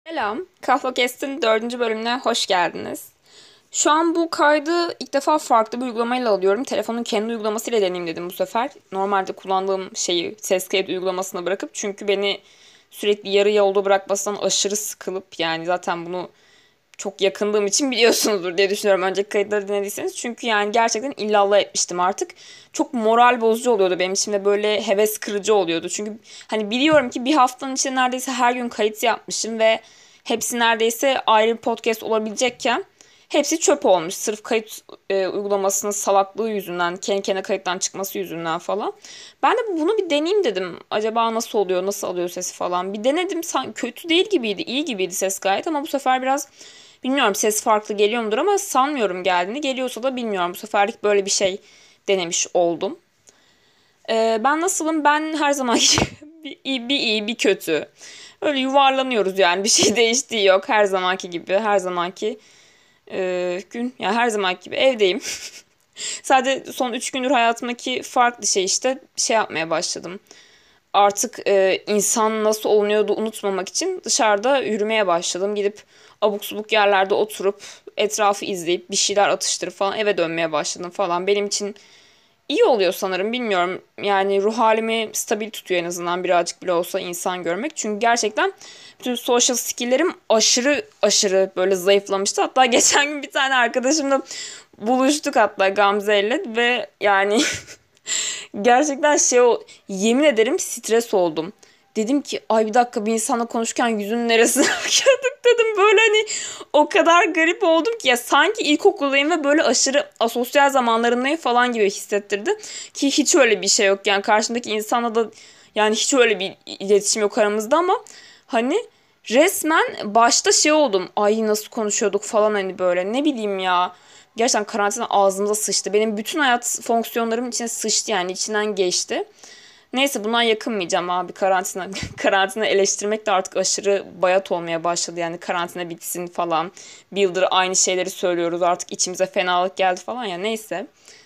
Selam, KahvaKest'in 4. bölümüne hoş geldiniz. Şu an bu kaydı ilk defa farklı bir uygulamayla alıyorum. Telefonun kendi uygulamasıyla deneyeyim dedim bu sefer. Normalde kullandığım şeyi ses kayıt uygulamasına bırakıp çünkü beni sürekli yarı yolda bırakmasından aşırı sıkılıp yani zaten bunu çok yakındığım için biliyorsunuzdur diye düşünüyorum önceki kayıtları dinlediyseniz. Çünkü yani gerçekten illallah etmiştim artık. Çok moral bozucu oluyordu benim için ve böyle heves kırıcı oluyordu. Çünkü hani biliyorum ki bir haftanın içinde neredeyse her gün kayıt yapmışım ve hepsi neredeyse ayrı bir podcast olabilecekken hepsi çöp olmuş. Sırf kayıt uygulamasının salaklığı yüzünden, kendi kendine kayıttan çıkması yüzünden falan. Ben de bunu bir deneyeyim dedim. Acaba nasıl oluyor, nasıl alıyor sesi falan. Bir denedim. Kötü değil gibiydi, iyi gibiydi ses gayet ama bu sefer biraz bilmiyorum ses farklı geliyor mudur ama sanmıyorum geldiğini. Geliyorsa da bilmiyorum. Bu seferlik böyle bir şey denemiş oldum. Ben nasılım? Ben her zaman bir iyi bir kötü. Öyle yuvarlanıyoruz yani bir şey değiştiği yok. Her zamanki gibi her zamanki gün yani her zamanki gibi evdeyim. Sadece son 3 gündür hayatımdaki farklı şey işte şey yapmaya başladım. Artık insan nasıl olunuyordu unutmamak için dışarıda yürümeye başladım. Gidip abuk subuk yerlerde oturup etrafı izleyip bir şeyler atıştırıp falan eve dönmeye başladım falan. Benim için iyi oluyor sanırım bilmiyorum. Yani ruh halimi stabil tutuyor en azından birazcık bile olsa insan görmek. Çünkü gerçekten bütün social skill'lerim aşırı aşırı böyle zayıflamıştı. Hatta geçen gün bir tane arkadaşımla buluştuk hatta Gamze'yle ve yani gerçekten yemin ederim stres oldum. Dedim ki ay bir dakika bir insanla konuşurken yüzünün neresine bakıyorduk dedim. Böyle hani o kadar garip oldum ki ya sanki ilkokuldayım ve böyle aşırı asosyal zamanlarındayım falan gibi hissettirdi. Ki hiç öyle bir şey yok yani karşımdaki insanla da yani hiç öyle bir iletişim yok aramızda ama hani resmen başta şey oldum. Ay nasıl konuşuyorduk falan hani böyle ne bileyim ya. Gerçekten karantina ağzımıza sıçtı. Benim bütün hayat fonksiyonlarım içine sıçtı yani içinden geçti. Neyse bundan yakınmayacağım abi karantina. Karantina eleştirmek de artık aşırı bayat olmaya başladı. Yani karantina bitsin falan. Bir yıldır aynı şeyleri söylüyoruz artık içimize fenalık geldi falan ya neyse.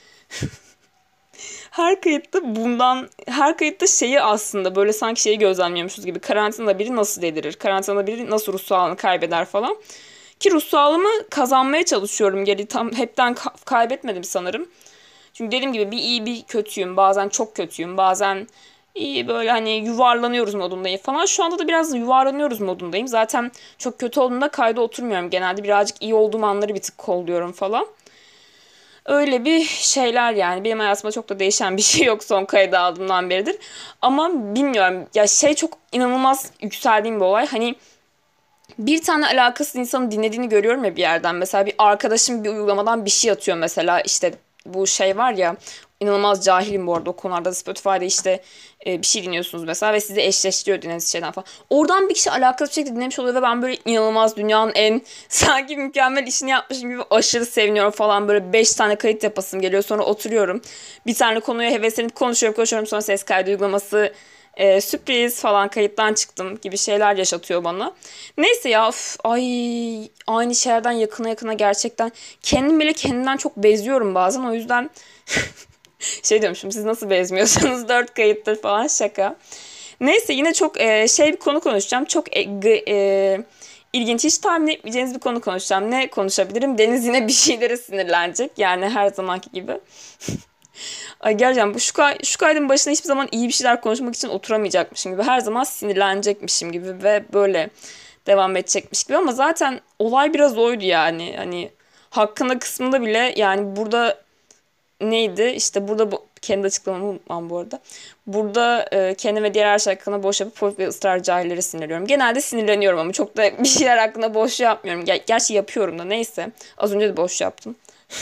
Her kayıtta şeyi aslında böyle sanki şeyi gözlemliyormuşuz gibi. Karantinada biri nasıl delirir? Karantinada biri nasıl ruh sağlığını kaybeder falan. Ki ruh sağlığımı kazanmaya çalışıyorum geri. Tam hepten kaybetmedim sanırım. Çünkü dediğim gibi bir iyi bir kötüyüm. Bazen çok kötüyüm. Bazen iyi böyle hani yuvarlanıyoruz modundayım falan. Şu anda da biraz yuvarlanıyoruz modundayım. Zaten çok kötü olduğumda kayda oturmuyorum. Genelde birazcık iyi olduğum anları bir tık kolluyorum falan. Öyle bir şeyler yani. Benim hayatımda çok da değişen bir şey yok son kaydı aldığımdan beridir. Ama bilmiyorum ya şey çok inanılmaz yükseldiğim bir olay. Hani bir tane alakasız insanın dinlediğini görüyorum ya bir yerden. Mesela bir arkadaşım bir uygulamadan bir şey atıyor mesela işte bu şey var ya inanılmaz cahilim bu arada o konularda Spotify'da işte bir şey dinliyorsunuz mesela ve sizi eşleştiriyor dinlediğiniz şeyden falan. Oradan bir kişi alakasız bir şekilde dinlemiş oluyor ve ben böyle inanılmaz dünyanın en sanki mükemmel işini yapmışım gibi aşırı seviniyorum falan böyle 5 tane kayıt yapasım geliyor sonra oturuyorum. Bir tane konuya heveslenip konuşuyorum sonra ses kaydı uygulaması sürpriz falan kayıttan çıktım gibi şeyler yaşatıyor bana. Neyse ya ay aynı şeylerden yakına yakına gerçekten kendim bile kendimden çok beziyorum bazen o yüzden şey diyormuşum siz nasıl bezmiyorsanız 4 kayıttır falan şaka. Neyse yine çok şey bir konu konuşacağım. Çok ilginç hiç tahmin etmeyeceğiniz bir konu konuşacağım. Ne konuşabilirim? Deniz yine bir şeylere sinirlenecek. Yani her zamanki gibi. Ay gerçekten şu kaydın başına hiçbir zaman iyi bir şeyler konuşmak için oturamayacakmışım gibi. Her zaman sinirlenecekmişim gibi ve böyle devam edecekmiş gibi. Ama zaten olay biraz oydu yani. Hani hakkında kısmında bile yani burada neydi? İşte burada kendi açıklamamı unutmam bu arada. Burada kendi ve diğer her şey hakkında boş yapıp politik ve ısrar cahillere sinirleniyorum. Genelde sinirleniyorum ama çok da bir şeyler hakkında boş yapmıyorum. Gerçi yapıyorum da neyse. Az önce de boş yaptım.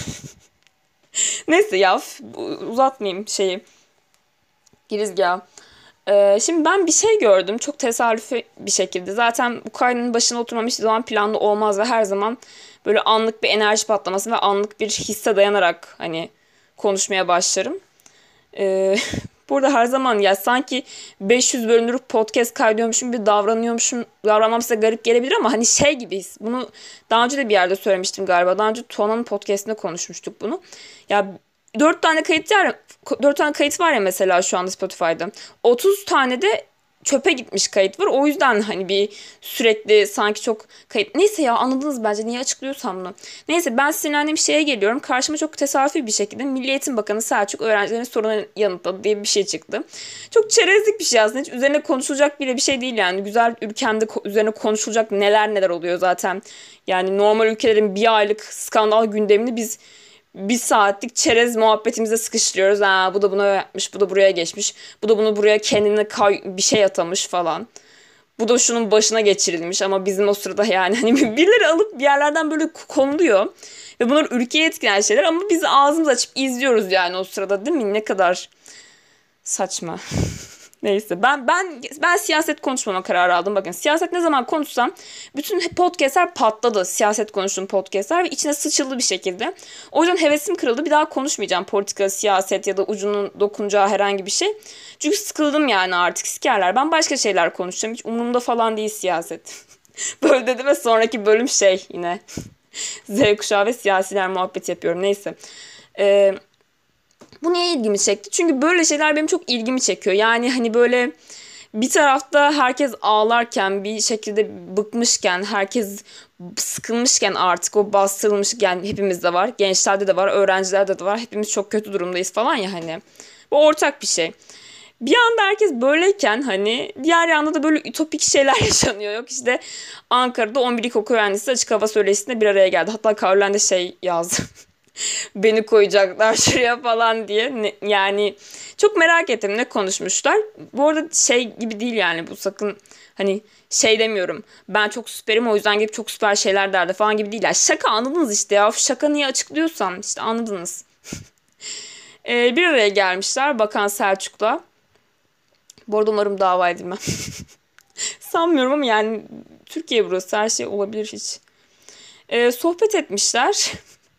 Neyse ya uzatmayayım şeyi. Girizgah. Şimdi ben bir şey gördüm çok tesadüfi bir şekilde. Zaten bu kaydın başına oturmam hiçbir zaman planlı olmaz ve her zaman böyle anlık bir enerji patlaması ve anlık bir hisse dayanarak hani konuşmaya başlarım. Ee, Burada her zaman ya sanki 500 bölümdür podcast kaydediyormuşum bir davranıyormuşum. Davranmam size garip gelebilir ama hani şey gibiyiz. Bunu daha önce de bir yerde söylemiştim galiba. Daha önce Tuana'nın podcastinde konuşmuştuk bunu. Ya 4 tane kayıt var. 4 tane kayıt var ya mesela şu anda Spotify'da. 30 tane de çöpe gitmiş kayıt var. O yüzden hani bir sürekli sanki çok kayıt. Neyse ya, anladınız bence niye açıklıyorsam bunu. Neyse, ben sinirlendiğim şeye geliyorum. Karşıma çok tesadüfi bir şekilde Milli Eğitim Bakanı Selçuk öğrencilerin sorunlarını yanıtladı diye bir şey çıktı. Çok çerezlik bir şey aslında. Hiç üzerine konuşulacak bile bir şey değil yani. Güzel ülkemde üzerine konuşulacak neler neler oluyor zaten. Yani normal ülkelerin bir aylık skandal gündemini biz bir saatlik çerez muhabbetimize sıkıştırıyoruz. Ha, bu da buna yapmış, bu da buraya geçmiş, bu da bunu buraya kendine bir şey atamış falan. Bu da şunun başına geçirilmiş ama bizim o sırada yani hani birileri alıp bir yerlerden böyle konuluyor. Ve bunlar ülkeye etkileyen şeyler ama biz ağzımızı açıp izliyoruz yani o sırada, değil mi? Ne kadar saçma. Neyse, ben siyaset konuşmama kararı aldım. Bakın, siyaset ne zaman konuşsam bütün podcastler patladı. Siyaset konuştuğum podcastler ve içine sıçıldı bir şekilde. O yüzden hevesim kırıldı. Bir daha konuşmayacağım politika, siyaset ya da ucunun dokunacağı herhangi bir şey. Çünkü sıkıldım yani, artık sikerler. Ben başka şeyler konuşacağım. Hiç umurumda falan değil siyaset. Böyle dedi ve sonraki bölüm yine Z kuşağı ve siyasiler muhabbeti yapıyorum. Neyse. Bu niye ilgimi çekti? Çünkü böyle şeyler benim çok ilgimi çekiyor. Yani hani böyle bir tarafta herkes ağlarken, bir şekilde bıkmışken, herkes sıkılmışken, artık o bastırılmış, yani hepimizde var. Gençlerde de var, öğrencilerde de var. Hepimiz çok kötü durumdayız falan ya hani. Bu ortak bir şey. Bir anda herkes böyleyken hani diğer yanda da böyle ütopik şeyler yaşanıyor. Yok işte, Ankara'da 11 ilkokul öğrencisi açık hava söyleşisinde bir araya geldi. Hatta Karolen de yazdı. Beni koyacaklar şuraya falan diye. Yani çok merak ettim ne konuşmuşlar. Bu arada gibi değil yani, bu sakın hani demiyorum. Ben çok süperim, o yüzden gelip çok süper şeyler derdi falan gibi değil. Yani şaka, anladınız işte ya. Şaka niye açıklıyorsam işte, anladınız. Bir araya gelmişler Bakan Selçuk'la. Bu arada umarım dava edilmem. Sanmıyorum ama yani Türkiye burası, her şey olabilir hiç. Sohbet etmişler.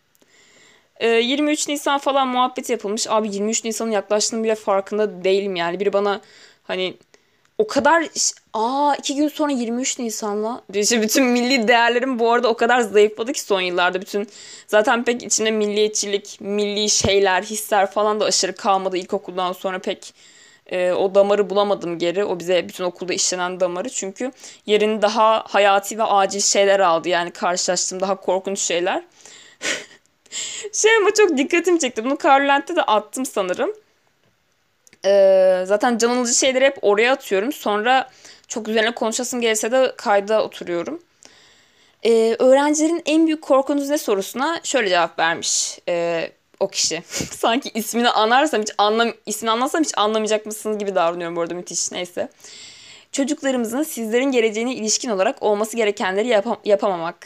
23 Nisan falan muhabbet yapılmış. Abi 23 Nisan'ın yaklaştığının bile farkında değilim yani. Biri bana hani o kadar 2 gün sonra 23 Nisan'la işte bütün milli değerlerim bu arada o kadar zayıfladı ki son yıllarda. Bütün zaten pek içinde milliyetçilik, milli şeyler, hisler falan da aşırı kalmadı ilkokuldan sonra. Pek o damarı bulamadım geri. O bize bütün okulda işlenen damarı. Çünkü yerini daha hayati ve acil şeyler aldı. Yani karşılaştığım daha korkunç şeyler. Ama çok dikkatimi çekti. Bunu Carolent'te de attım sanırım. Zaten can alıcı şeyleri hep oraya atıyorum. Sonra çok üzerine konuşasım gelse de kayda oturuyorum. Öğrencilerin en büyük korkunuz ne sorusuna şöyle cevap vermiş o kişi. Sanki ismini anlarsam hiç anlamayacak mısınız gibi davranıyorum bu arada, müthiş. Neyse. Çocuklarımızın sizlerin geleceğine ilişkin olarak olması gerekenleri yapamamak.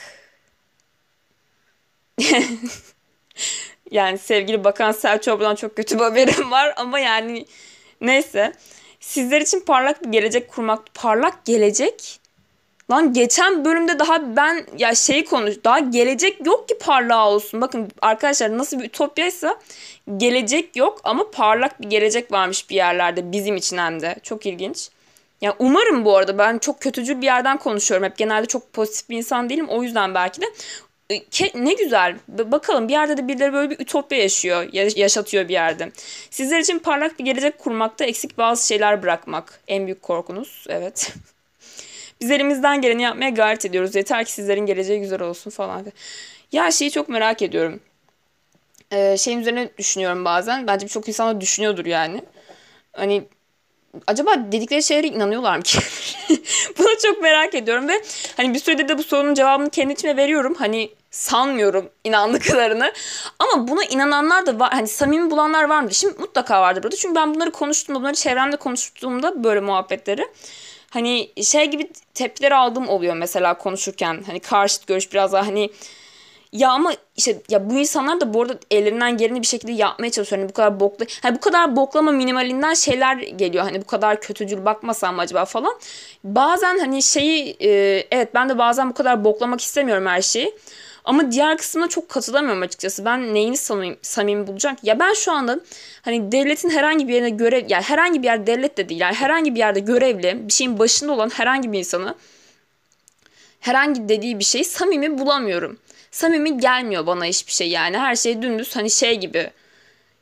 Yani sevgili Bakan Selçuk'dan çok kötü bir haberim var ama yani neyse. Sizler için parlak bir gelecek kurmak. Parlak gelecek? Lan geçen bölümde daha ben ya daha gelecek yok ki parlağı olsun. Bakın arkadaşlar, nasıl bir ütopyaysa gelecek yok ama parlak bir gelecek varmış bir yerlerde, bizim için hem de. Çok ilginç. Ya umarım, bu arada ben çok kötücül bir yerden konuşuyorum. Hep genelde çok pozitif bir insan değilim. O yüzden belki de ne güzel. Bakalım, bir yerde de birileri böyle bir ütopya yaşatıyor bir yerde. Sizler için parlak bir gelecek kurmakta eksik bazı şeyler bırakmak. En büyük korkunuz. Evet. Biz elimizden geleni yapmaya gayret ediyoruz. Yeter ki sizlerin geleceği güzel olsun falan. Ya çok merak ediyorum. Üzerine düşünüyorum bazen. Bence birçok insan da düşünüyordur yani. Hani acaba dedikleri şeylere inanıyorlar mı ki? Bunu çok merak ediyorum ve hani bir süredir de bu sorunun cevabını kendi içime veriyorum. Hani sanmıyorum inandıklarını. Ama buna inananlar da var. Hani samimi bulanlar var mı? Şimdi mutlaka vardır burada. Çünkü ben bunları konuştuğumda, bunları çevremde konuştuğumda böyle muhabbetleri, hani gibi tepkiler aldığım oluyor mesela konuşurken. Hani karşıt görüş biraz daha hani ya ama işte ya bu insanlar da bu arada ellerinden geleni bir şekilde yapmaya çalışıyor. Hani bu kadar boklama minimalinden şeyler geliyor. Hani bu kadar kötücül bakmasam mı acaba falan. Bazen hani evet, ben de bazen bu kadar boklamak istemiyorum her şeyi. Ama diğer kısmına çok katılamıyorum açıkçası. Ben neyini samimi bulacak? Ya ben şu anda hani devletin herhangi bir yerine yani herhangi bir yer devlet de değil. Yani herhangi bir yerde görevli, bir şeyin başında olan herhangi bir insanı, herhangi dediği bir şeyi samimi bulamıyorum. Samimi gelmiyor bana hiçbir şey yani. Her şey dümdüz hani gibi.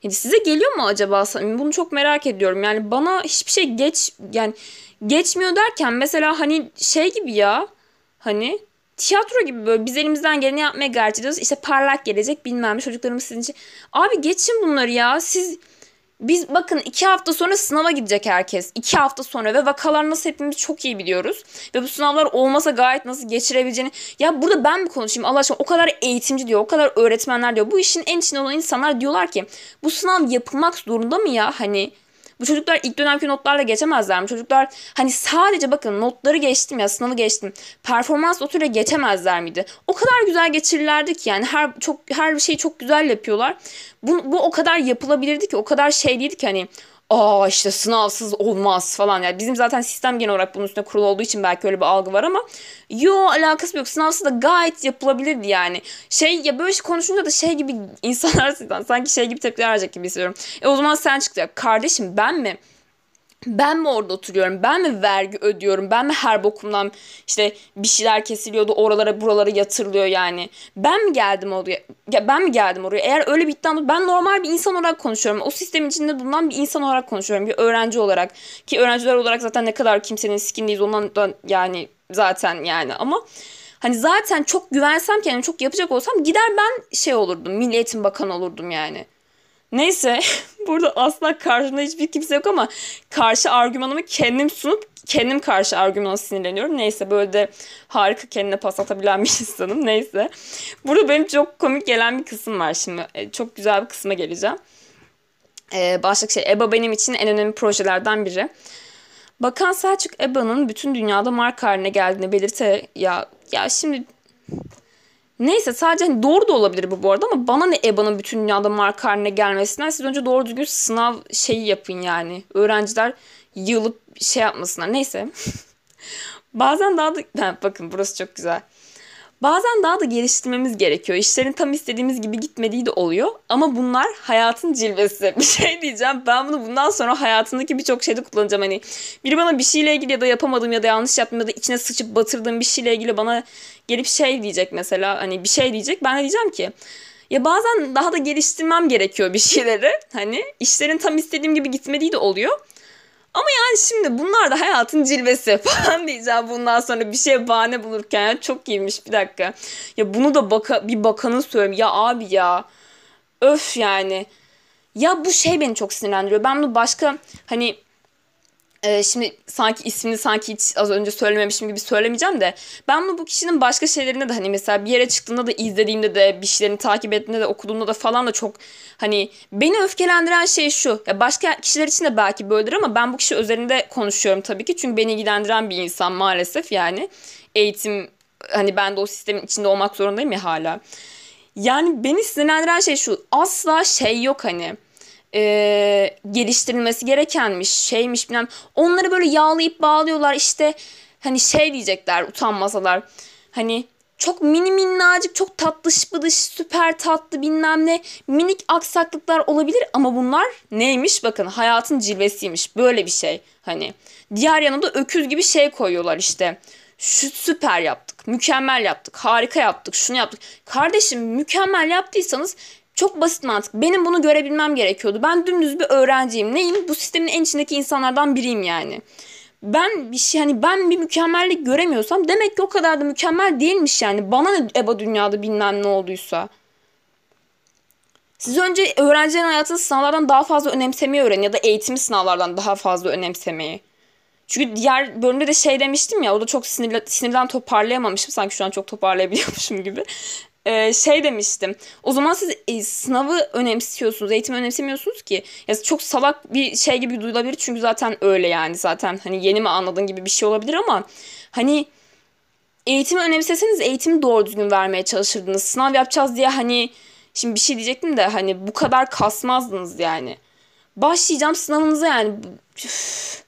Yani size geliyor mu acaba? Bunu çok merak ediyorum. Yani bana hiçbir şey yani geçmiyor derken mesela hani şey gibi ya, hani tiyatro gibi böyle biz elimizden geleni yapmaya gayret ediyoruz. İşte parlak gelecek bilmem ne çocuklarımız sizin için. Abi geçin bunları ya. Biz bakın 2 hafta sonra sınava gidecek herkes. 2 hafta sonra ve vakalar nasıl hepimiz çok iyi biliyoruz. Ve bu sınavlar olmasa gayet nasıl geçirebileceğini. Ya burada ben mi konuşayım Allah aşkına, o kadar eğitimci diyor, o kadar öğretmenler diyor. Bu işin en içinde olan insanlar diyorlar ki bu sınav yapılmak zorunda mı ya hani? Bu çocuklar ilk dönemki notlarla geçemezler mi? Çocuklar hani sadece bakın notları geçtim ya, sınavı geçtim. Performans notuyla geçemezler miydi? O kadar güzel geçirirlerdi ki yani her şeyi çok güzel yapıyorlar. Bu o kadar yapılabilirdi ki, o kadar şey değildi ki hani işte sınavsız olmaz falan. Yani bizim zaten sistem genel olarak bunun üstüne kurulu olduğu için belki öyle bir algı var ama alakası yok. Sınavsız da gayet yapılabilirdi yani. Şey ya, böyle şey konuşunca da şey gibi insanlar sanki şey gibi tepkiler verecek gibi hissediyorum. O zaman sen çıkacak. Kardeşim ben mi? Ben mi orada oturuyorum? Ben mi vergi ödüyorum? Ben mi her bokumdan işte bir şeyler kesiliyordu, oralara buralara yatırılıyor yani? Ben mi geldim oraya? Ya ben mi geldim oraya? Eğer öyle bir iddiam, ben normal bir insan olarak konuşuyorum. O sistemin içinde bulunan bir insan olarak konuşuyorum. Bir öğrenci olarak. Ki öğrenciler olarak zaten ne kadar kimsenin sikindeyiz ondan da yani zaten yani, ama hani zaten çok güvensem, kendimi çok yapacak olsam gider ben şey olurdum. Milli Eğitim Bakanı olurdum yani. Neyse, burada asla karşımda hiçbir kimse yok ama karşı argümanımı kendim sunup kendim karşı argümana sinirleniyorum. Neyse, böyle de harika kendine pas atabilen bir insanım. Neyse. Burada benim çok komik gelen bir kısım var şimdi. Çok güzel bir kısma geleceğim. Başlık şey, EBA benim için en önemli projelerden biri. Bakan Selçuk EBA'nın bütün dünyada marka haline geldiğini belirte ya şimdi neyse, sadece hani doğru da olabilir bu arada ama bana ne EBA'nın bütün dünyada marka haline gelmesinden, siz önce doğru düzgün sınav şeyi yapın yani. Öğrenciler yığılıp şey yapmasınlar. Neyse. Bazen daha da bakın burası çok güzel. Bazen daha da geliştirmemiz gerekiyor. İşlerin tam istediğimiz gibi gitmediği de oluyor. Ama bunlar hayatın cilvesi. Bir şey diyeceğim. Ben bunu bundan sonra hayatımdaki birçok şeyde kullanacağım. Hani biri bana bir şeyle ilgili ya da yapamadığım ya da yanlış yaptığım ya da içine sıçıp batırdığım bir şeyle ilgili bana gelip şey diyecek mesela. Hani bir şey diyecek. Ben de diyeceğim ki ya bazen daha da geliştirmem gerekiyor bir şeyleri. Hani işlerin tam istediğim gibi gitmediği de oluyor. Ama yani şimdi bunlar da hayatın cilvesi falan diyeceğim bundan sonra bir şeye bahane bulurken. Ya çok iyiymiş, bir dakika. Ya bunu da bir bakanın söylüyorum. Ya abi ya. Öf yani. Ya bu şey beni çok sinirlendiriyor. Ben bunu başka hani şimdi sanki ismini sanki hiç az önce söylememişim gibi söylemeyeceğim de ben bunu bu kişinin başka şeylerinde de hani mesela bir yere çıktığında da izlediğimde de bir şeylerini takip ettiğimde de okuduğumda da falan da çok hani beni öfkelendiren şey şu, ya başka kişiler için de belki böyledir ama ben bu kişi üzerinde konuşuyorum tabii ki çünkü beni ilgilendiren bir insan maalesef yani eğitim, hani ben de o sistemin içinde olmak zorundayım ya hala. Yani beni sinirlendiren şey şu, asla şey yok hani geliştirilmesi gerekenmiş şeymiş bilmem. Onları böyle yağlayıp bağlıyorlar işte, hani şey diyecekler utanmasalar. Hani çok mini minnacık, çok tatlış bıdış, süper tatlı bilmem ne minik aksaklıklar olabilir ama bunlar neymiş, bakın hayatın cilvesiymiş, böyle bir şey. Hani diğer yanında öküz gibi şey koyuyorlar işte. Şu süper yaptık, mükemmel yaptık, harika yaptık, şunu yaptık. Kardeşim mükemmel yaptıysanız çok basit mantık. Benim bunu görebilmem gerekiyordu. Ben dümdüz bir öğrenciyim. Neyim? Bu sistemin en içindeki insanlardan biriyim yani. Ben bir şey, hani ben bir mükemmellik göremiyorsam demek ki o kadar da mükemmel değilmiş yani. Bana ne EBA dünyada bilmem ne olduysa. Siz önce öğrencilerin hayatını sınavlardan daha fazla önemsemeyi öğrenin ya da eğitimi sınavlardan daha fazla önemsemeyi. Çünkü diğer bölümde de şey demiştim ya, o da çok sinirden toparlayamamışım. Sanki şu an çok toparlayabiliyormuşum gibi. Şey demiştim. O zaman siz sınavı önemsiyorsunuz, eğitimi önemsemiyorsunuz ki. Ya çok salak bir şey gibi duyulabilir çünkü zaten öyle yani. Zaten hani yeni mi anladın gibi bir şey olabilir ama hani eğitimi önemseseniz eğitimi doğru düzgün vermeye çalışırdınız. Sınav yapacağız diye hani şimdi bir şey diyecektim de hani bu kadar kasmazdınız yani. Başlayacağım sınavınıza yani. Üf.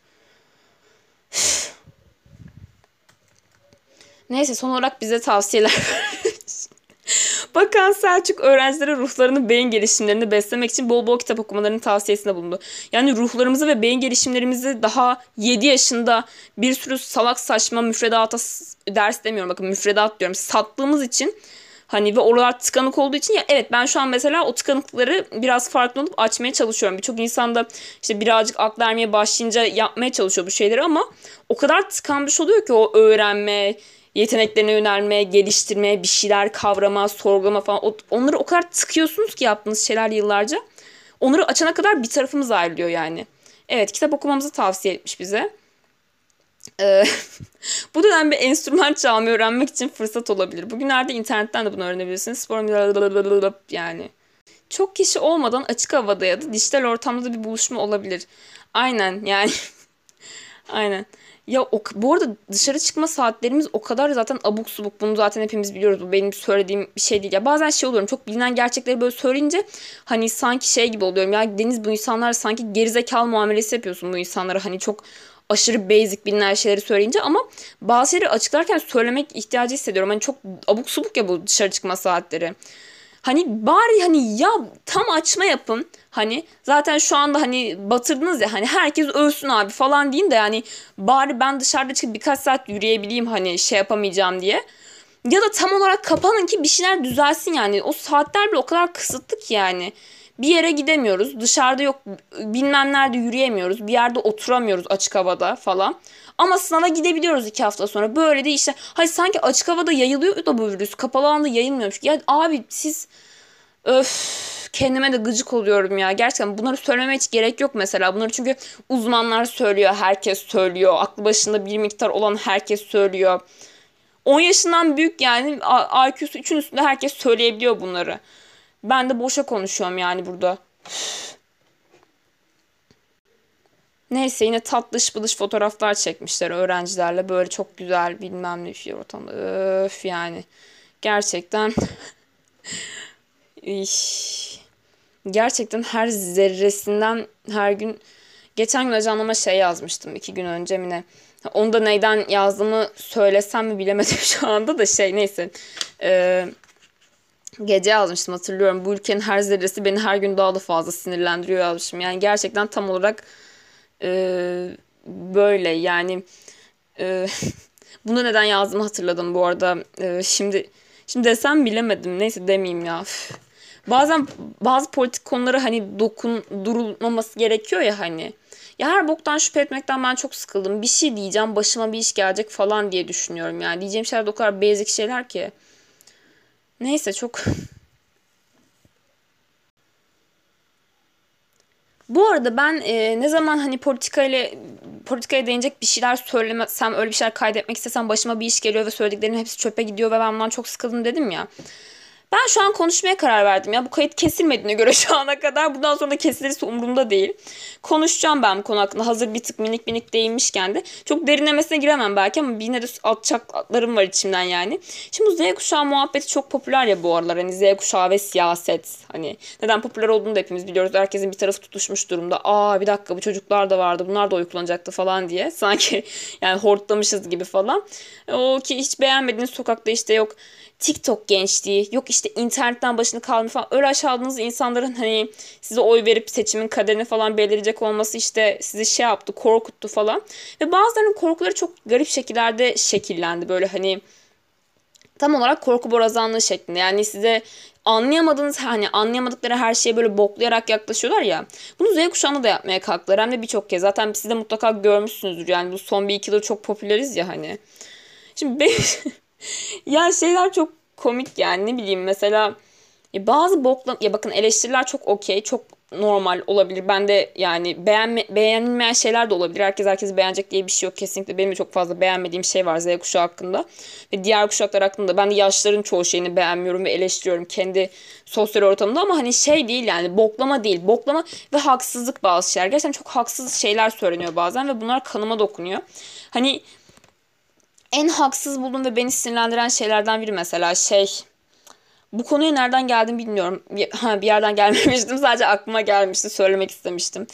Neyse, son olarak bize tavsiyeler. Bakan Selçuk öğrencilere ruhlarını beyin gelişimlerini beslemek için bol bol kitap okumalarını tavsiyesinde bulundu. Yani ruhlarımızı ve beyin gelişimlerimizi daha 7 yaşında bir sürü salak saçma müfredata, ders demiyorum bakın müfredat diyorum, sattığımız için Hani ve oralar tıkanık olduğu için ya evet ben şu an mesela o tıkanıkları biraz farklı olup açmaya çalışıyorum. Birçok insan da işte birazcık aklı ermeye başlayınca yapmaya çalışıyor bu şeyleri ama o kadar tıkanmış oluyor ki o öğrenme, yeteneklerine yönelme, geliştirme, bir şeyler kavrama, sorgulama falan. Onları o kadar tıkıyorsunuz ki yaptığınız şeyler yıllarca. Onları açana kadar bir tarafımız ayrılıyor yani. Evet, kitap okumamızı tavsiye etmiş bize. Ee, Bu dönem bir enstrüman çalmayı öğrenmek için fırsat olabilir. Bugünlerde internetten de bunu öğrenebilirsiniz. Yani. Çok kişi olmadan açık havada ya da dijital ortamda bir buluşma olabilir. Aynen yani. Aynen. Ya bu arada dışarı çıkma saatlerimiz o kadar zaten abuk subuk. Bunu zaten hepimiz biliyoruz. Bu benim söylediğim bir şey değil. Ya bazen şey oluyorum. Çok bilinen gerçekleri böyle söyleyince hani sanki şey gibi oluyorum. Ya Deniz, bu insanlar sanki gerizekalı muamelesi yapıyorsun bu insanlara. Hani çok aşırı basic bilinen şeyleri söyleyince ama bazı şeyleri açıklarken söylemek ihtiyacı hissediyorum. Hani çok abuk subuk ya bu dışarı çıkma saatleri. Hani bari hani ya tam açma yapın. Hani zaten şu anda hani batırdınız ya, hani herkes ölsün abi falan deyin de yani bari ben dışarıda çıkıp birkaç saat yürüyebileyim hani şey yapamayacağım diye. Ya da tam olarak kapanın ki bir şeyler düzelsin yani. O saatler bile o kadar kısıtlı ki yani. Bir yere gidemiyoruz. Dışarıda yok bilmem nerede yürüyemiyoruz. Bir yerde oturamıyoruz açık havada falan. Ama sınava gidebiliyoruz 2 hafta sonra. Böyle de işte. Hayır sanki açık havada yayılıyor da bu virüs. Kapalı alanda yayılmıyormuş. Ya abi siz, öf, kendime de gıcık oluyorum ya. Gerçekten bunları söylememe hiç gerek yok mesela. Bunları çünkü uzmanlar söylüyor. Herkes söylüyor. Aklı başında bir miktar olan herkes söylüyor. 10 yaşından büyük yani IQ'su 3'ün üstünde herkes söyleyebiliyor bunları. Ben de boşa konuşuyorum yani burada. Neyse yine tatlış bılış fotoğraflar çekmişler öğrencilerle. Böyle çok güzel bilmem ne bir ortamda. Öf yani. Gerçekten iş. Gerçekten her zerresinden her gün. Geçen gün ajanlama şey yazmıştım 2 gün önce mi ne. Onu da neyden yazdığımı söylesem mi bilemedim şu anda da şey neyse. Ee, Gece yazmıştım hatırlıyorum. Bu ülkenin her zerresi beni her gün daha da fazla sinirlendiriyor yazmışım. Yani gerçekten tam olarak böyle yani e, bunu neden yazdığımı hatırladım bu arada. Şimdi desem bilemedim. Neyse demeyeyim ya. Üf. Bazen bazı politik konulara hani durulmaması gerekiyor ya hani. Ya her boktan şüphe etmekten ben çok sıkıldım. Bir şey diyeceğim, başıma bir iş gelecek falan diye düşünüyorum yani. Diyeceğim şeyler de o kadar basic şeyler ki. Neyse çok. Bu arada ben ne zaman hani politikaya değinecek bir şeyler söylemesem, öyle bir şeyler kaydetmek istesem başıma bir iş geliyor ve söylediklerimin hepsi çöpe gidiyor ve ben bundan çok sıkıldım dedim ya. Ben şu an konuşmaya karar verdim ya. Bu kayıt kesilmediğine göre şu ana kadar. Bundan sonra da kesilirse umurumda değil. Konuşacağım ben bu konu hakkında. Hazır bir tık minik minik değinmişken de. Çok derinlemesine giremem belki ama yine de atacaklarım var içimden yani. Şimdi bu Z kuşağı muhabbeti çok popüler ya bu aralar. Hani Z kuşağı ve siyaset. Hani neden popüler olduğunu da hepimiz biliyoruz. Herkesin bir tarafı tutuşmuş durumda. Aa bir dakika bu çocuklar da vardı. Bunlar da oy kullanacaktı falan diye. Sanki yani hortlamışız gibi falan. O ki hiç beğenmediğiniz sokakta işte yok TikTok gençliği, yok işte internetten başını kaldırma falan. Öyle aşağıladığınız insanların hani size oy verip seçimin kaderini falan belirleyecek olması işte sizi şey yaptı, korkuttu falan. Ve bazılarının korkuları çok garip şekillerde şekillendi. Böyle hani tam olarak korku borazanlığı şeklinde. Yani size anlayamadığınız hani anlayamadıkları her şeye böyle boklayarak yaklaşıyorlar ya. Bunu Z kuşağına da yapmaya kalktılar. Hem de birçok kez. Zaten siz de mutlaka görmüşsünüzdür. Yani bu son 1-2 yıldır çok popüleriz ya hani. Şimdi benim ya şeyler çok komik yani ne bileyim mesela bazı ya bakın eleştiriler çok okey, çok normal olabilir. Ben de yani beğenilmeyen şeyler de olabilir. Herkes beğenecek diye bir şey yok kesinlikle. Benim de çok fazla beğenmediğim şey var Z kuşağı hakkında ve diğer kuşaklar hakkında. Ben de yaşların çoğu şeyini beğenmiyorum ve eleştiriyorum kendi sosyal ortamımda ama hani şey değil yani boklama değil. Boklama ve haksızlık bazı şeyler. Gerçekten çok haksız şeyler söyleniyor bazen ve bunlar kanıma dokunuyor. Hani en haksız bulduğum ve beni sinirlendiren şeylerden biri mesela şey. Bu konuya nereden geldim bilmiyorum. Bir yerden gelmemiştim. Sadece aklıma gelmişti. Söylemek istemiştim.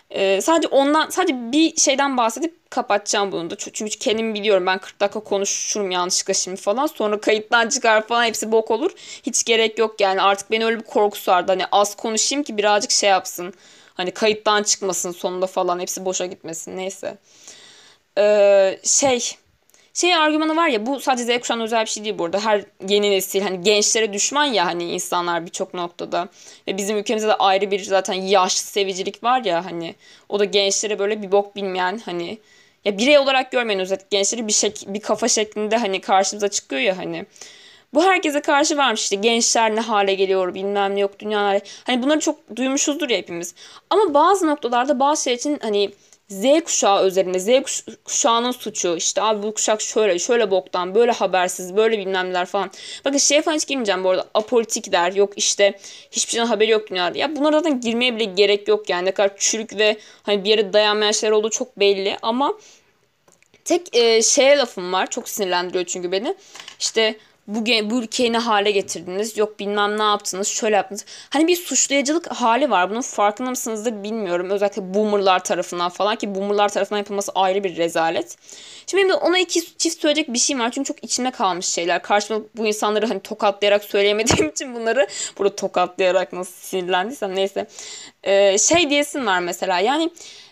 Sadece bir şeyden bahsedip kapatacağım bunu da. Çünkü kendimi biliyorum. Ben 40 dakika konuşurum yanlışlıkla şimdi falan. Sonra kayıttan çıkar falan hepsi bok olur. Hiç gerek yok yani. Artık beni öyle bir korku sardı. Hani az konuşayım ki birazcık şey yapsın. Hani kayıttan çıkmasın sonunda falan. Hepsi boşa gitmesin. Neyse. Şey Şey argümanı var ya, bu sadece Z kuşağına özel bir şey değil bu arada. Her yeni nesil hani gençlere düşman ya hani insanlar birçok noktada. Ve bizim ülkemizde de ayrı bir zaten yaşlı sevicilik var ya hani. O da gençlere böyle bir bok bilmeyen hani, ya birey olarak görmeyen özellikle gençleri bir kafa şeklinde hani karşımıza çıkıyor ya hani. Bu herkese karşı varmış işte, gençler ne hale geliyor bilmem ne, yok dünya. Hani bunları çok duymuşuzdur ya hepimiz. Ama bazı noktalarda bazı şey için hani Z kuşağı özelinde kuşağının suçu işte, abi bu kuşak şöyle şöyle boktan, böyle habersiz, böyle bilmem neler falan. Bakın şeye falan hiç girmeyeceğim bu arada, apolitikler, yok işte hiçbir şeyden haberi yok dünyada. Ya bunlara zaten girmeye bile gerek yok yani, ne kadar çürük ve hani bir yere dayanmayan şeyler olduğu çok belli. Ama tek şeye lafım var. Çok sinirlendiriyor çünkü beni. İşte bu ülkeyi ne hale getirdiniz? Yok bilmem ne yaptınız, şöyle yaptınız. Hani bir suçlayıcılık hali var. Bunun farkında mısınızdır bilmiyorum. Özellikle boomerlar tarafından falan, ki boomerlar tarafından yapılması ayrı bir rezalet. Şimdi benim de ona iki çift söyleyecek bir şeyim var. Çünkü çok içimde kalmış şeyler. Karşıma bu insanları hani tokatlayarak söyleyemediğim için bunları, burada tokatlayarak nasıl sinirlendiysem neyse. Şey diyesim var mesela. Yani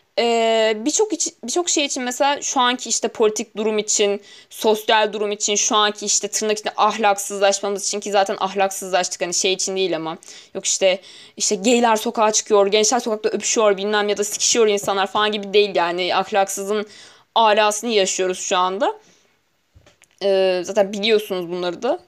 birçok şey için, mesela şu anki işte politik durum için, sosyal durum için, şu anki işte tırnak içinde ahlaksızlaşmamız için, ki zaten ahlaksızlaştık hani şey için değil ama, yok işte gayler sokağa çıkıyor, gençler sokakta öpüşüyor bilmem ya da sikişiyor insanlar falan gibi değil yani, ahlaksızın alasını yaşıyoruz şu anda. Zaten biliyorsunuz bunları da.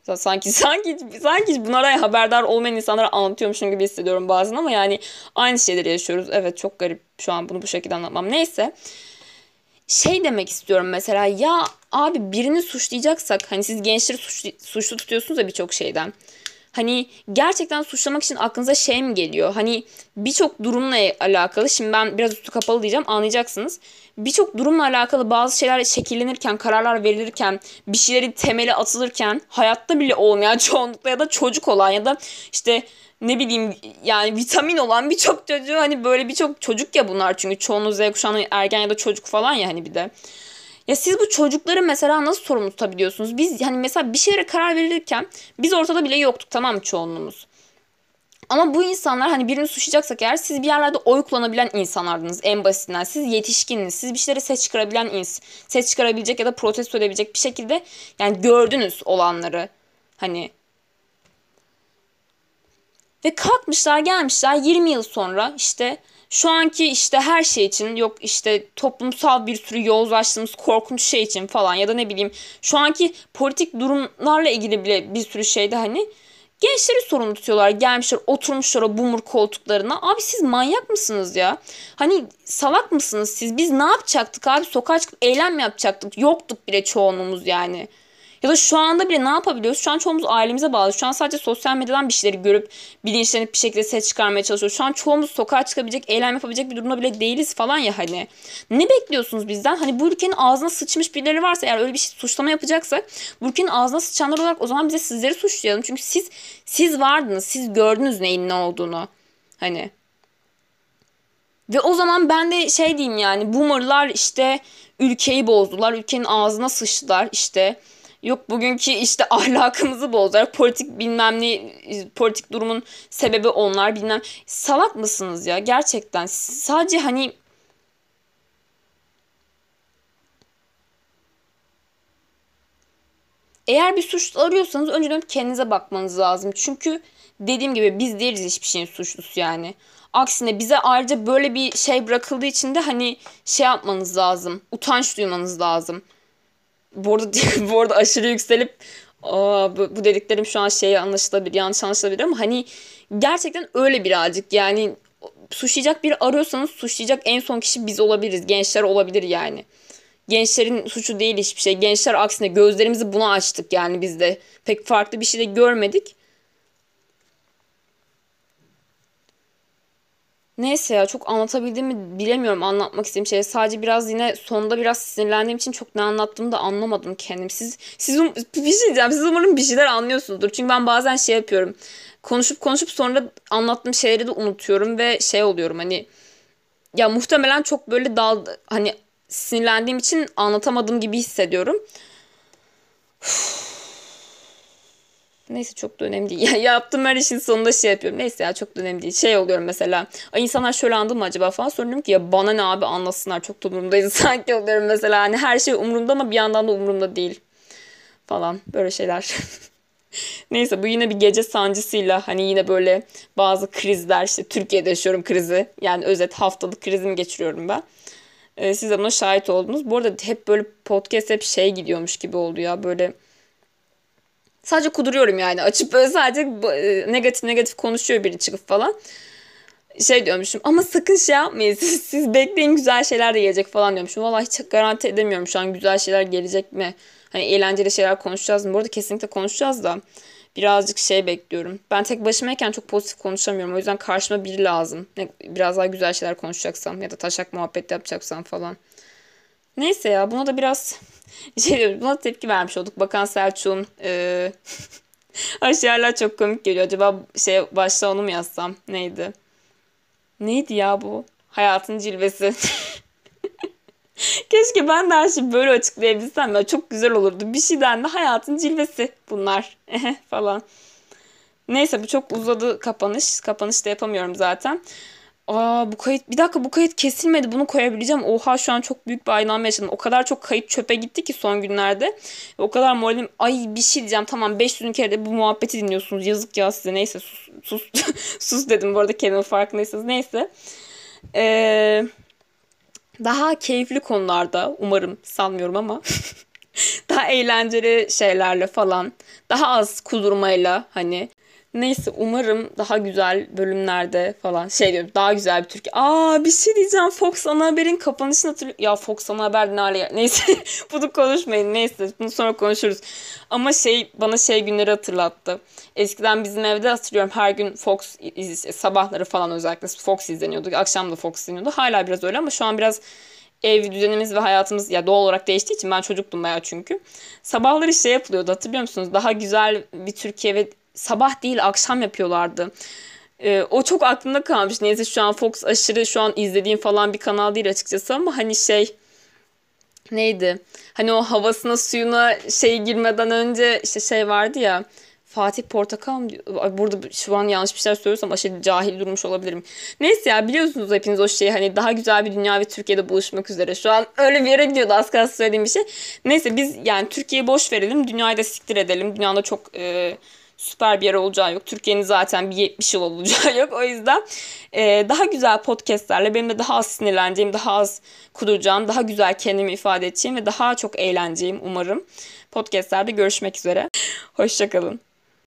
Sanki bunlara haberdar olmayan insanlara anlatıyormuşum gibi hissediyorum bazen, ama yani aynı şeyleri yaşıyoruz. Evet, çok garip şu an bunu bu şekilde anlatmam. Neyse. Şey demek istiyorum mesela, ya abi birini suçlayacaksak hani, siz gençleri suçlu tutuyorsunuz ya birçok şeyden. Hani gerçekten suçlamak için aklınıza şey mi geliyor? Hani birçok durumla alakalı, şimdi ben biraz üstü kapalı diyeceğim, anlayacaksınız. Birçok durumla alakalı bazı şeyler şekillenirken, kararlar verilirken, bir şeylerin temeli atılırken, hayatta bile olmayan çoğunlukla ya da çocuk olan ya da işte ne bileyim yani vitamin olan birçok çocuğu, hani böyle birçok çocuk ya bunlar, çünkü çoğunluğu Z kuşağının ergen ya da çocuk falan ya hani bir de. Ya siz bu çocukları mesela nasıl sorumlu tutabiliyorsunuz? Biz hani mesela bir şeylere karar verirken biz ortada bile yoktuk, tamam mı, çoğunluğumuz. Ama bu insanlar, hani birini suçlayacaksak eğer, siz bir yerlerde oy kullanabilen insanlardınız en basitinden. Siz yetişkiniz. Siz bir şeylere ses çıkarabilecek ya da protesto edebilecek bir şekilde yani gördünüz olanları. Hani ve kalkmışlar gelmişler 20 yıl sonra işte şu anki işte her şey için, yok işte toplumsal bir sürü yozlaştığımız korkunç şey için falan, ya da ne bileyim şu anki politik durumlarla ilgili bile bir sürü şeyde hani gençleri sorumlu tutuyorlar. Gelmişler oturmuşlar o boomer koltuklarına. Abi siz manyak mısınız ya? Hani salak mısınız siz? Biz ne yapacaktık abi? Sokağa çıkıp eylem mi yapacaktık? Yoktuk bile çoğunluğumuz yani. Ya da şu anda bile ne yapabiliyoruz? Şu an çoğumuz ailemize bağlı. Şu an sadece sosyal medyadan bir şeyleri görüp bilinçlenip bir şekilde ses çıkarmaya çalışıyoruz. Şu an çoğumuz sokağa çıkabilecek, eylem yapabilecek bir durumda bile değiliz falan ya hani. Ne bekliyorsunuz bizden? Hani bu ülkenin ağzına sıçmış birileri varsa eğer, öyle bir şey suçlama yapacaksak, bu ülkenin ağzına sıçanlar olarak o zaman bize sizleri suçlayalım. Çünkü siz vardınız. Siz gördünüz neyin ne olduğunu. Hani. Ve o zaman ben de şey diyeyim yani, boomerlar işte ülkeyi bozdular, ülkenin ağzına sıçtılar işte. Yok bugünkü işte ahlakımızı bozdular, politik bilmem ne, politik durumun sebebi onlar bilmem. Salak mısınız ya gerçekten? Sadece hani, eğer bir suçlu arıyorsanız önce dönüp kendinize bakmanız lazım. Çünkü dediğim gibi biz değiliz hiçbir şeyin suçlusu yani. Aksine bize ayrıca böyle bir şey bırakıldığı için de hani şey yapmanız lazım. Utanç duymanız lazım. Bu arada, bu arada aşırı yükselip bu dediklerim şu an şey anlaşılabilir, yanlış anlaşılabilir, ama hani gerçekten öyle birazcık yani, suçlayacak biri arıyorsanız suçlayacak en son kişi biz olabiliriz. Gençler olabilir yani. Gençlerin suçu değil hiçbir şey. Gençler aksine gözlerimizi buna açtık yani biz de. Pek farklı bir şey de görmedik. Neyse ya, çok anlatabildiğimi bilemiyorum anlatmak istediğim şey. Sadece biraz yine sonunda biraz sinirlendiğim için çok ne anlattığımı da anlamadım kendim. Bir şey diyeceğim. Siz umarım bir şeyler anlıyorsunuzdur. Çünkü ben bazen şey yapıyorum. Konuşup konuşup sonra anlattığım şeyleri de unutuyorum ve şey oluyorum hani, ya muhtemelen çok böyle hani sinirlendiğim için anlatamadığım gibi hissediyorum. Neyse çok da önemli değil. Ya, yaptığım her işin sonunda şey yapıyorum. Neyse ya çok da önemli değil. Şey oluyorum mesela. Ay insanlar şöyle anladı mı acaba falan. Sonra diyorum ki ya bana ne abi anlasınlar. Çok da umurumdaydı sanki oluyorum mesela. Hani her şey umurumda ama bir yandan da umurumda değil. Falan böyle şeyler. Neyse bu yine bir gece sancısıyla hani yine böyle bazı krizler işte Türkiye'de yaşıyorum krizi. Yani özet haftalık krizimi geçiriyorum ben. Siz de buna şahit oldunuz. Bu arada hep böyle podcast hep şey gidiyormuş gibi oldu ya. Böyle sadece kuduruyorum yani. Açıp böyle sadece negatif negatif konuşuyor biri çıkıp falan. Şey diyormuşum ama sakın şey yapmayın. Siz bekleyin güzel şeyler de gelecek falan diyormuşum. Vallahi hiç garanti edemiyorum şu an güzel şeyler gelecek mi? Hani eğlenceli şeyler konuşacağız mı? Bu arada kesinlikle konuşacağız da birazcık şey bekliyorum. Ben tek başımayken çok pozitif konuşamıyorum. O yüzden karşıma biri lazım. Biraz daha güzel şeyler konuşacaksam ya da taşak muhabbet yapacaksam falan. Neyse ya buna da biraz şey diyorum, buna tepki vermiş olduk. Bakan Selçuk'un aşağılar çok komik geliyor. Acaba şey başta onu mu yazsam? Neydi? Neydi ya bu? Hayatın cilvesi. Keşke ben de her şeyi böyle açıklayabilsem ya çok güzel olurdu. Bir şeyden de hayatın cilvesi bunlar falan. Neyse bu çok uzadı kapanış. Kapanış da yapamıyorum zaten. Aa bu kayıt bir dakika bu kayıt kesilmedi bunu koyabileceğim. Oha şu an çok büyük bir aydınlanma yaşadım. O kadar çok kayıt çöpe gitti ki son günlerde. Ve o kadar moralim ay bir şey diyeceğim tamam 500. kere de bu muhabbeti dinliyorsunuz. Yazık ya size neyse sus sus dedim bu arada kendimi farkındaysanız neyse. Ee, Daha keyifli konularda umarım sanmıyorum ama daha eğlenceli şeylerle falan daha az kudurmayla hani neyse umarım daha güzel bölümlerde falan şey diyorum daha güzel bir Türkiye. Aa bir şey diyeceğim Fox Ana Haber'in kapanışını hatırlıyor. Ya Fox Ana Haber ne hale neyse bunu konuşmayın neyse bunu sonra konuşuruz. Ama şey bana şey günleri hatırlattı. Eskiden bizim evde hatırlıyorum her gün Fox sabahları falan özellikle Fox izleniyordu. Akşam da Fox izleniyordu. Hala biraz öyle ama şu an biraz ev düzenimiz ve hayatımız ya doğal olarak değiştiği için ben çocuktum bayağı çünkü. Sabahları şey yapılıyordu hatırlıyor musunuz? Daha güzel bir Türkiye ve sabah değil akşam yapıyorlardı. O çok aklımda kalmış. Neyse şu an Fox aşırı şu an izlediğim falan bir kanal değil açıkçası ama hani şey neydi? Hani o havasına suyuna şey girmeden önce işte şey vardı ya Fatih Portakal mı diyor? Ay, burada şu an yanlış bir şeyler söylüyorsam aşırı cahil durmuş olabilirim. Neyse ya biliyorsunuz hepiniz o şeyi hani daha güzel bir dünya ve Türkiye'de buluşmak üzere. Şu an öyle bir yere gidiyordu az kalsın söylediğim bir şey. Neyse biz yani Türkiye'yi boş verelim. Dünyayı da siktir edelim. Dünyada çok süper bir yer olacağı yok. Türkiye'nin zaten bir 70 yıl olacağı yok. O yüzden daha güzel podcastlerle benim de daha az sinirleneceğim, daha az kuduracağım, daha güzel kendimi ifade edeceğim ve daha çok eğleneceğim umarım. Podcastlerde görüşmek üzere. Hoşçakalın.